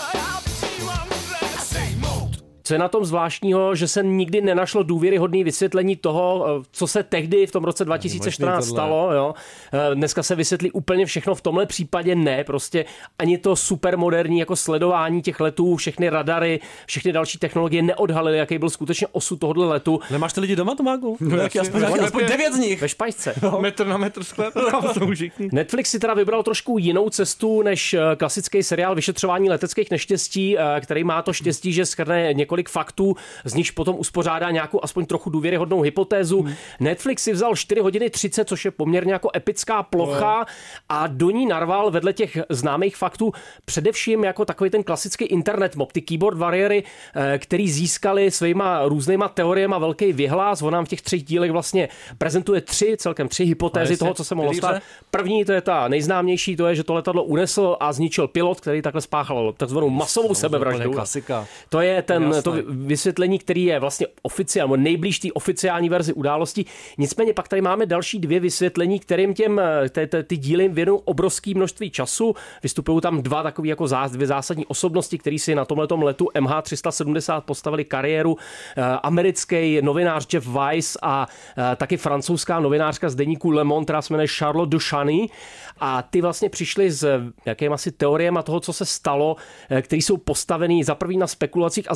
Co je na tom zvláštního, že se nikdy nenašlo důvěryhodné vysvětlení toho, co se tehdy v tom roce dva tisíce čtrnáct stalo. Jo. Dneska se vysvětlí úplně všechno, v tomhle případě ne. Prostě ani to supermoderní jako sledování těch letů, všechny radary, všechny další technologie neodhalily, jaký byl skutečně osud tohohle letu. Nemáš ty lidi doma, Tomáku? No, aspoň, aspoň devět z nich. Ve špačce. No. Metr na metr sklep. Netflix si teda vybral trošku jinou cestu než klasický seriál vyšetřování leteckých neštěstí, který má to štěstí, že shrne několik faktů, z nichž potom uspořádá nějakou aspoň trochu důvěryhodnou hypotézu. Hmm. Netflix si vzal čtyři hodiny třicet, což je poměrně jako epická plocha, no. A do ní narval vedle těch známých faktů především jako takový ten klasický internet mob, ty keyboard warriory, který získali svýma různýma teoriema velký vyhlás. On nám v těch třech dílech vlastně prezentuje tři, celkem tři hypotézy toho, co se mohlo stát. První, to je ta nejznámější, to je, že to letadlo unesl a zničil pilot, který takhle spáchal takzvanou masovou sebevraždu. To je ten to vysvětlení, který je vlastně oficiální, nebo nejblíž té oficiální verzi událostí. Nicméně pak tady máme další dvě vysvětlení, kterým těm ty, ty, ty díly věnují obrovské množství času. Vystupují tam dva takové jako zás, dvě zásadní osobnosti, který si na tomhletom letu M H tři sta sedmdesát postavili kariéru. Americký novinář Jeff Weiss a taky francouzská novinářka z deníku Le Monde, která se jmenuje Charlotte Duchany. A ty vlastně přišli s jakými asi teoriemi toho, co se stalo, které jsou postavený za první na spekulacích a za druhý na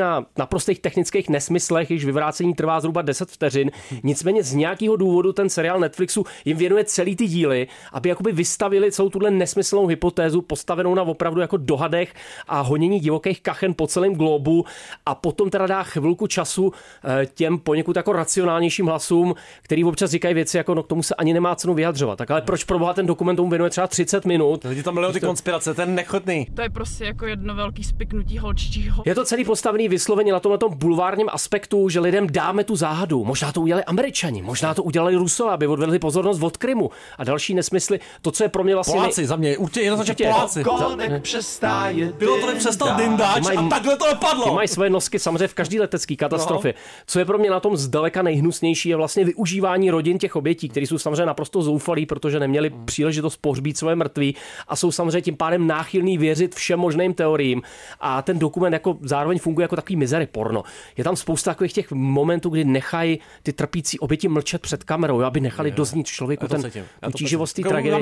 na naprostých technických nesmyslech, jež vyvrácení trvá zhruba deset vteřin. Nicméně z nějakého důvodu ten seriál Netflixu jim věnuje celý ty díly, aby jakoby vystavili celou tuhle nesmyslnou hypotézu postavenou na opravdu jako dohadech a honění divokých kachen po celém globu a potom teda dá chvilku času těm poněkud jako racionálnějším hlasům, který občas říkají věci jako no k tomu se ani nemá cenu vyjadřovat. Tak ale proč proboha ten dokument tomu věnuje třeba třicet minut? Lidi tam milují ty konspirace, ten nechutný. To je prostě jako jedno velký spiknutí holčičího. Je to celý postavený vysloveně na tomhle tom bulvárním aspektu, že lidem dáme tu záhadu. Možná to udělali Američani, možná to udělali Rusové, aby odvedli pozornost od Krymu a další nesmysly. To, co je pro mě vlastně Poláci, nej... za mě, určitě jednoznačně Poláci. Konek přestáje. Bylo to nepřestal dyndáč a takhle to dopadlo. Ty mají svoje nosky samozřejmě v každý letecké katastrofě. No. Co je pro mě na tom zdaleka nejhnusnější, je vlastně využívání rodin těch obětí, kteří jsou samozřejmě naprosto zoufalí, protože neměli příležitost pohřbít svoje mrtví a jsou samozřejmě tím pádem náchylní věřit všem možným teoriím. A ten dokument jako zároveň funguje jako takový mizery porno. Je tam spousta takových těch momentů, kdy nechají ty trpící oběti mlčet před kamerou, aby nechali doznít člověku ten tíživost té tragédie.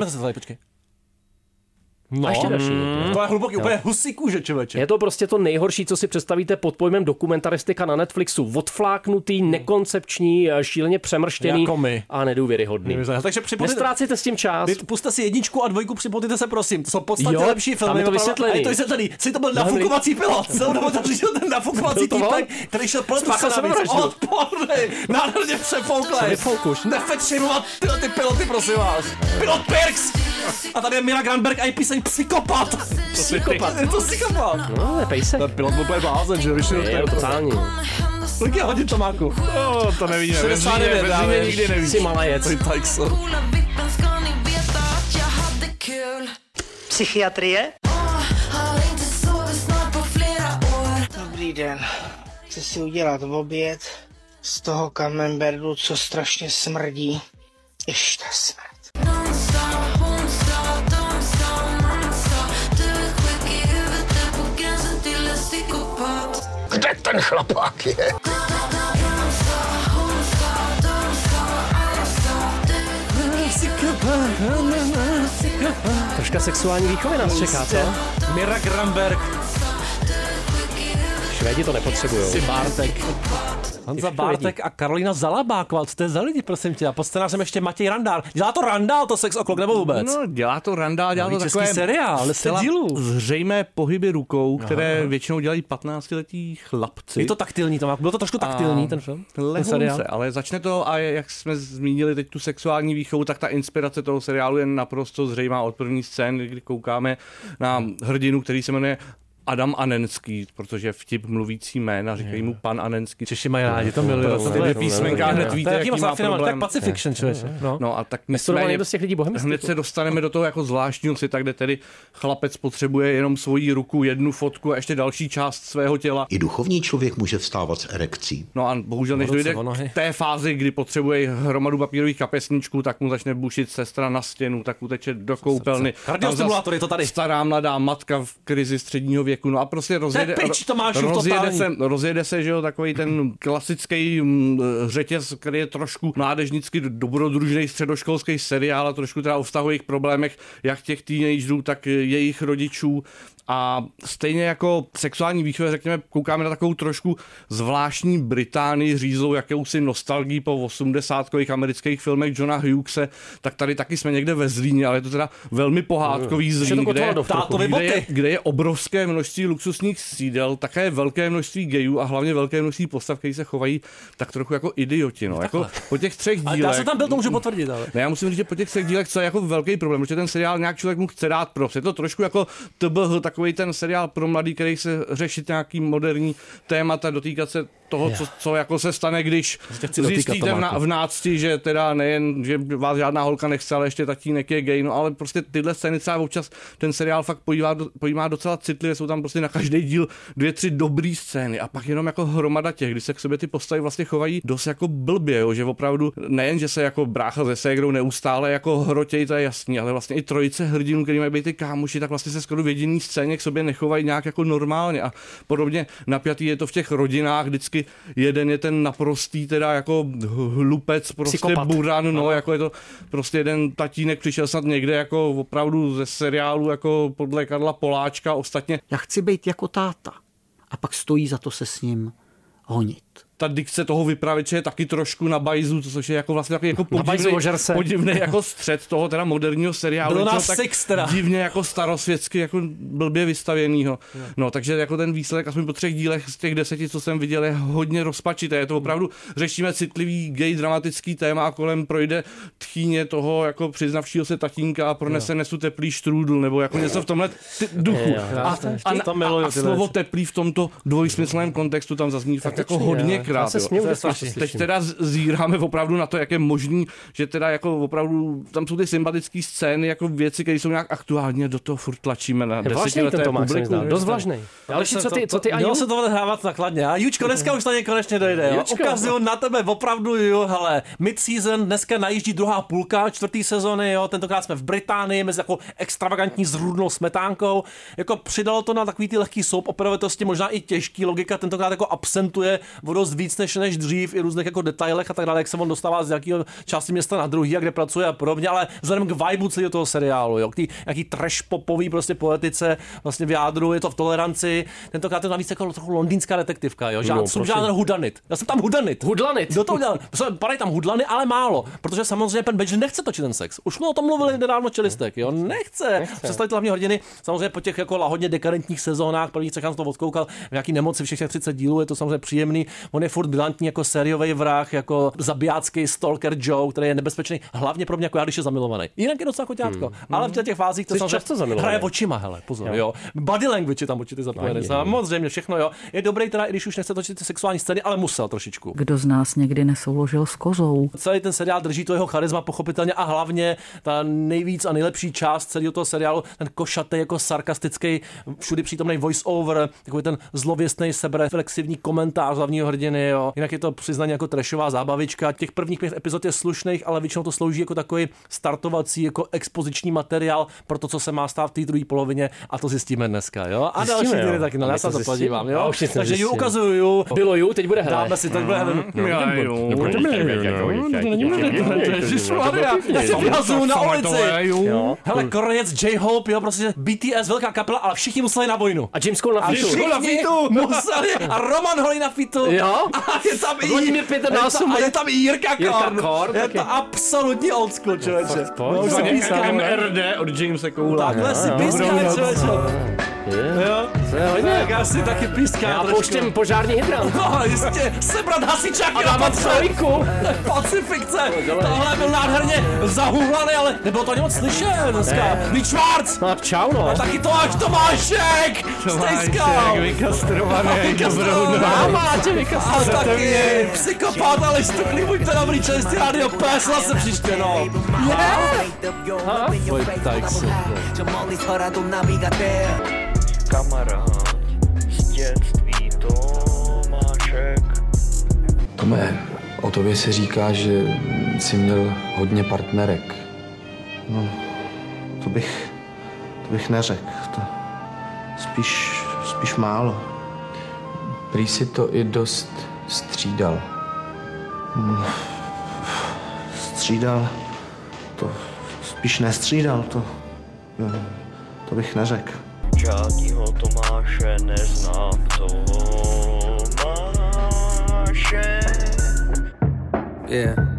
No, a ještě další. Mm, to je hluboký, úplně husí kůže, člověče. Je to prostě to nejhorší, co si představíte pod pojmem dokumentaristika na Netflixu. Odfláknutý, nekoncepční, šíleně přemrštěný jako a nedůvěryhodný. Takže připotejte, nestrácejte s tím čas. Puste si jedničku a dvojku, připotejte se, prosím. To jsou podstatně jo, lepší filmy. Tam je to vysvětlený. A je to vysvětlený. Jsi to byl nafukovací pilot. Celou dobu tam přišel ten nafukovací týpek, který šel po odporný. Nádherně přefouklej. Nefetšimovat ty piloty, prosím vás. Pilot Pirks. A tady je Mila Granberg a je píseň Psykopat. Psykopat. Je to psykopat. No, nepej se. Ten pilot byl úplně blázen, že vyšel. Je to totální. Kolik je hodin, Tomáku? No, to nevíme. šedesát devět, dáme. Nikdy nevíš. Jsi malajec. Psychiatrie? Dobrý den. Chci si udělat oběd z toho camembertu, co strašně smrdí. Ještě smrt. Kde ten chlapák je? Troška sexuální výchovy nás čeká, co? Mira Granberg. Švédi to nepotřebujou. Jsi Bártek. Honza Bártek a Karolina Zalabáková, co to je za lidi, prosím tě? A pod scénářem ještě Matěj Randál. Dělá to Randál, to Sex O'Clock, nebo vůbec? No, dělá to Randál, dělá no, to takové seriál, zřejmé pohyby rukou, které Aha. většinou dělají patnáctiletí chlapci. Je to taktilní, Tomák, bylo to trošku taktilní a ten film? Ten seriál. Ale začne to a jak jsme zmínili teď tu sexuální výchovu, tak ta inspirace toho seriálu je naprosto zřejmá od první scény, kdy koukáme na hrdinu, který se jmenuje Adam Anenský, protože vtip mluvící jména, říkají mu pan Anenský. Češi mají rádi, to milují. To je písmenka, hned víte, jaký má problém. Tak Pacifiction, člověče. No a tak nicméně hned se dostaneme do toho jako zvláštního světa, kde tedy chlapec potřebuje jenom svoji ruku, jednu fotku a ještě další část svého těla. I duchovní člověk může vstávat s erekcí. No a bohužel, než dojde k té fázi, kdy potřebuje hromadu papírových kapesníčků, tak mu začne bušit sestra na stěnu, tak uteče do koupelny. Kardiostimulátor je to tady. Stará mladá matka v krizi středního věku. No a prostě rozjede, pič, rozjede, se, rozjede se, že jo, takový ten klasický řetěz, který je trošku mládežnický, dobrodružný středoškolský seriál a trošku teda o vztahových problémech jak těch teenagerů, tak jejich rodičů. A stejně jako sexuální výchově, řekněme, koukáme na takovou trošku zvláštní Británii řízlou jakousi nostalgii po osmdesátkových amerických filmech Johna Hughese, tak tady taky jsme někde ve Zlíně, ale je to teda velmi pohádkový Zlín, kde je, kde, je, kde je obrovské množství luxusních sídel, také velké množství gayů a hlavně velké množství postav, které se chovají tak trochu jako idioti. No. Jako po těch třech dílech... Ale já jsem tam byl, to můžu potvrdit. Ale... Ne, já musím říct, že po těch třech dílech, co je jako velký problém, protože ten seriál nějak člověk mu chce dát prost. Je to trošku jako T B H, takový ten seriál pro mladý, který se řešit nějaký moderní témata, dotýkat se toho, co, co jako se stane, když zjistíte v, ná, v nácti, že teda nejen, že vás žádná holka nechce, ale ještě tatínek je gay, no ale prostě tyhle scény třeba občas ten seriál fakt pojímá, pojímá docela citlivě, jsou tam prostě na každý díl dvě, tři dobrý scény a pak jenom jako hromada těch, kdy se k sobě ty postavy vlastně chovají dost jako blbě, jo, že opravdu nejen, že se jako brácha se ségrou neustále jako hrotěj, to je jasný, ale vlastně i trojice hrdinů, který mají být ty kámoši, tak vlastně se skoro v jediný scéně k sobě nechovají nějak jako normálně a podobně napjatý je to v těch rodinách, vždycky jeden je ten naprostý teda jako hlupec, prostě Psychopat. Buran, no, jako je to prostě jeden tatínek přišel snad někde jako opravdu ze seriálu jako podle Karla Poláčka, ostatně. Já chci být jako táta. a pak stojí za to se s ním honit. Ta dikce toho vypravěče je taky trošku na bajzu, což je jako vlastně takový jako podivný, podivný jako střed toho teda moderního seriálu. Bylo nás tak six teda. Divně jako starosvětsky, jako blbě vystavěnýho. No, takže jako ten výsledek aspoň po třech dílech z těch deseti, co jsem viděl, je hodně rozpačité. Je to opravdu, řešíme citlivý gay dramatický téma a kolem projde tchýně toho jako přiznavšího se tatínka a pronese nesu teplý štrůdl, nebo jako něco v tomhle ty duchu. A, a, a, a slovo teplý v tomto dvojsmyslném kontextu tam zazní fakt jako hodně. Krát, teď teda zíráme opravdu na to, jak je možný, že teda jako opravdu tam jsou ty sympatické scény, jako věci, které jsou nějak aktuální a do toho furt tlačíme na desetileté publikum. Dost vlažnej. Ale co ty, co ty Mělo se to hrávat nakladně. A Jučko, dneska už na ně konečně dojde. Jo? Ukazuju na tebe opravdu, jo, hele, mid-season, dneska najíždí druhá půlka čtvrtý sezony, jo, tentokrát jsme v Británii mezi jako extravagantní zrůdnou smetánkou. Jako přidalo to na takový ty lehký soap operovitosti, možná i těžký logika, tentokrát jako absentuje vodou víc než, než dřív, i různých jako detailech a tak dále, jak se on dostává z nějakého části města na druhý a kde pracuje a podobně, ale vzhledem k vibu celého toho seriálu, jo, k tý, jaký trash popový prostě poetice, vlastně v jádru, je to v toleranci, tentokrát je to navíc jako trochu londýnská detektivka, jo, žád, no, jsem žádný hudanit. Já jsem tam hudanit. Hudlanit. Do toho dělal. Padají tam hudlany, ale málo, protože samozřejmě pan Badger nechce točit ten sex. Už jsme o tom mluvili nedávno Čelistek, jo, nechce. nechce. Představit hlavní hrdiny, samozřejmě po těch jako lahodně dekadentních sezónách, prvních třech jsem to odkoukal, v nějaký nemoci všech těch třicet dílů, je to samozřejmě příjemný. On je furt bilantní jako sériový vrah, jako zabijácký stalker Joe, který je nebezpečný, hlavně pro mě jako já, když je zamilovaný. Jinak je docela koťátko, hmm. ale v těch fázích to samozřejmě hraje očima, hele, pozor, jo. jo. Body language je tam určitě zapojený. Samozřejmě všechno, jo. Je dobrý teda, i když už nechce točit ty sexuální scény, ale musel trošičku. Kdo z nás někdy nesouložil s kozou? Celý ten seriál drží to jeho charisma pochopitelně a hlavně ta nejvíc a nejlepší část celého toho seriálu, ten košatý jako sarkastický, všudy přítomný voice over, takový ten zlověstný sebereflexivní komentář hlavního hrdiny, jo. Jinak je to přiznaně jako trashová zábavička. Těch prvních pět epizod je slušných, ale většinou to slouží jako takový startovací, jako expoziční materiál pro to, co se má stát v té druhé polovině, a to zjistíme dneska, jo. A zjistíme, další díly taky, no, já se to podívám, jo. Takže ju ukazuju. Bylo ju, teď bude hele. Dáme si, teď bude hele. Já se vyhazuju na ulici. Hele, koronec J-Hope, jo, prostě B T S, velká kapela, ale všichni museli na vojnu. A James Cole na fitu. Všichni museli. A Roman Holý na fitu. Jo. A je tam i a je tam i Jirka Korn. Je to absolutní old school, člověče. M R D od Jamese Cola. Takhle si píská, člověče. Jo, tak já si taky pískám. Já pouštím požární hydrant. No, jistě, sebrat hasičáky a dávat trojku. Pacifikce. Tohle byl nádherně zahuhlaný, ale nebylo to ani moc slyšet dneska. Lee Schwartz. No, čau, no. A taky Tomáš Tomášek. Tomášek, vykastrovaný. Vykastrovaný. Máma tě vykastrovaný. A taky psychopat, ale stuklý, buďte dobrý, čelistý rádio, pésla se příště, no. Pojď, tak se. Kamarád z dětství Tomášek. Tome, o tobě se říká, že jsi měl hodně partnerek. No, to bych, to bych neřekl. To spíš, spíš málo. Prý si to i dost střídal. Hmm. Střídal? To spíš nestřídal, to, to bych neřekl. Žádnýho Tomáše neznám, Tomáše. Yeah.